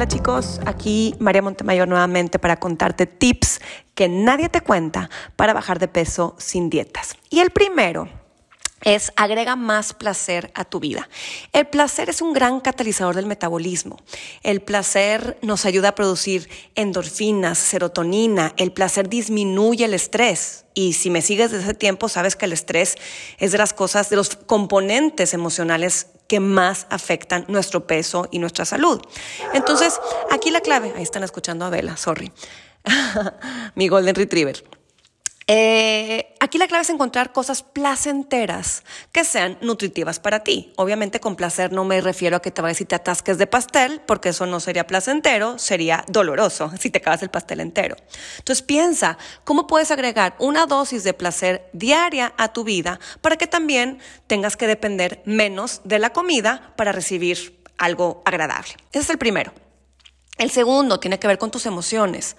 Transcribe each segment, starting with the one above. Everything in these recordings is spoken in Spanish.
Hola chicos, aquí María Montemayor nuevamente para contarte tips que nadie te cuenta para bajar de peso sin dietas. Y el primero es agrega más placer a tu vida. El placer es un gran catalizador del metabolismo. El placer nos ayuda a producir endorfinas, serotonina. El placer disminuye el estrés. Y si me sigues desde ese tiempo, sabes que el estrés es de las cosas, de los componentes emocionales que más afectan nuestro peso y nuestra salud. Entonces, aquí la clave, ahí están escuchando a Bella, sorry, mi Golden Retriever. Aquí la clave es encontrar cosas placenteras que sean nutritivas para ti. Obviamente con placer no me refiero a que te vayas y te atasques de pastel, porque eso no sería placentero, sería doloroso si te acabas el pastel entero. Entonces piensa, ¿cómo puedes agregar una dosis de placer diaria a tu vida para que también tengas que depender menos de la comida para recibir algo agradable? Ese es el primero. El segundo tiene que ver con tus emociones.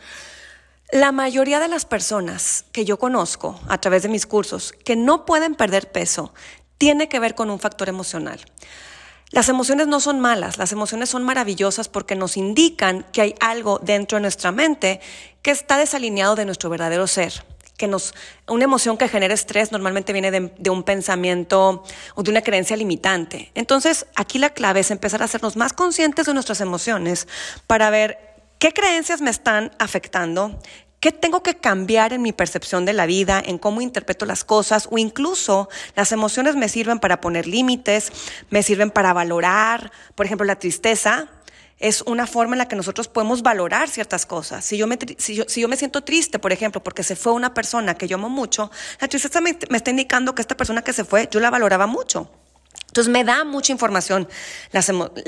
La mayoría de las personas que yo conozco a través de mis cursos que no pueden perder peso tiene que ver con un factor emocional. Las emociones no son malas, las emociones son maravillosas porque nos indican que hay algo dentro de nuestra mente que está desalineado de nuestro verdadero ser. Una emoción que genera estrés normalmente viene de un pensamiento o de una creencia limitante. Entonces, aquí la clave es empezar a hacernos más conscientes de nuestras emociones para ver ¿qué creencias me están afectando? ¿Qué tengo que cambiar en mi percepción de la vida, en cómo interpreto las cosas? O incluso las emociones me sirven para poner límites, me sirven para valorar. Por ejemplo, la tristeza es una forma en la que nosotros podemos valorar ciertas cosas. Si yo me siento triste, por ejemplo, porque se fue una persona que yo amo mucho, la tristeza me está indicando que esta persona que se fue, yo la valoraba mucho. Entonces me da mucha información. Las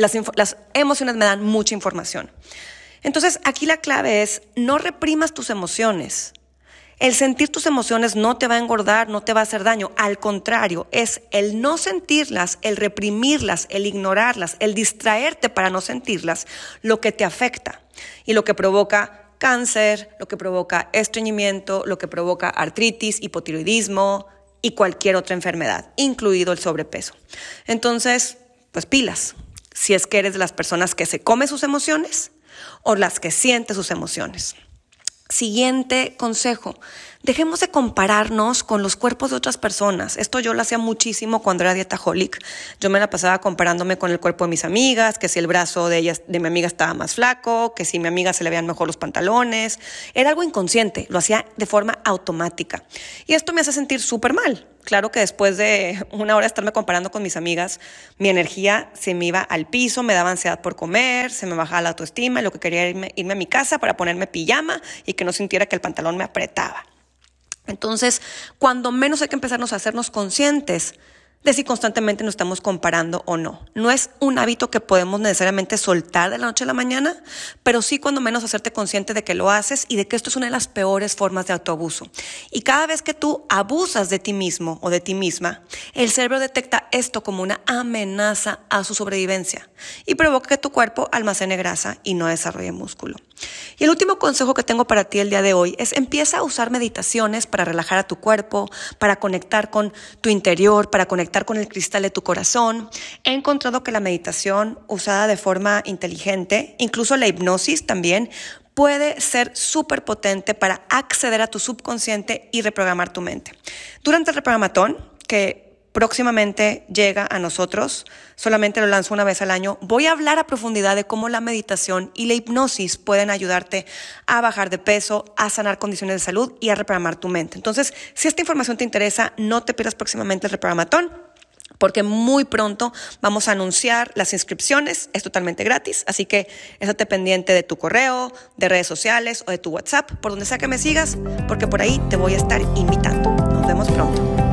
emociones me dan mucha información. Entonces, aquí la clave es no reprimas tus emociones. El sentir tus emociones no te va a engordar, no te va a hacer daño. Al contrario, es el no sentirlas, el reprimirlas, el ignorarlas, el distraerte para no sentirlas, lo que te afecta y lo que provoca cáncer, lo que provoca estreñimiento, lo que provoca artritis, hipotiroidismo y cualquier otra enfermedad, incluido el sobrepeso. Entonces, pues pilas, si es que eres de las personas que se come sus emociones o las que sienten sus emociones. Siguiente consejo, dejemos de compararnos con los cuerpos de otras personas. Esto yo lo hacía muchísimo cuando era dietaholic. Yo me la pasaba comparándome con el cuerpo de mis amigas, que si el brazo de mi amiga estaba más flaco, que si a mi amiga se le veían mejor los pantalones. Era algo inconsciente, lo hacía de forma automática. Y esto me hace sentir súper mal. Claro que después de una hora de estarme comparando con mis amigas, mi energía se me iba al piso, me daba ansiedad por comer, se me bajaba la autoestima, y lo que quería era irme a mi casa para ponerme pijama y que no sintiera que el pantalón me apretaba. Entonces, cuando menos hay que empezarnos a hacernos conscientes de si constantemente nos estamos comparando o no. No es un hábito que podemos necesariamente soltar de la noche a la mañana, pero sí cuando menos hacerte consciente de que lo haces y de que esto es una de las peores formas de autoabuso. Y cada vez que tú abusas de ti mismo o de ti misma, el cerebro detecta esto como una amenaza a su sobrevivencia y provoca que tu cuerpo almacene grasa y no desarrolle músculo. Y el último consejo que tengo para ti el día de hoy es empieza a usar meditaciones para relajar a tu cuerpo, para conectar con tu interior, para conectar con el cristal de tu corazón. He encontrado que la meditación usada de forma inteligente, incluso la hipnosis también, puede ser súper potente para acceder a tu subconsciente y reprogramar tu mente. Durante el reprogramatón, que próximamente llega a nosotros, solamente lo lanzo una vez al año, voy a hablar a profundidad de cómo la meditación y la hipnosis pueden ayudarte a bajar de peso, a sanar condiciones de salud y a reprogramar tu mente. Entonces, si esta información te interesa, no te pierdas próximamente el reprogramatón, porque muy pronto vamos a anunciar las inscripciones, es totalmente gratis, así que estate pendiente de tu correo, de redes sociales o de tu WhatsApp, por donde sea que me sigas, porque por ahí te voy a estar invitando. Nos vemos pronto.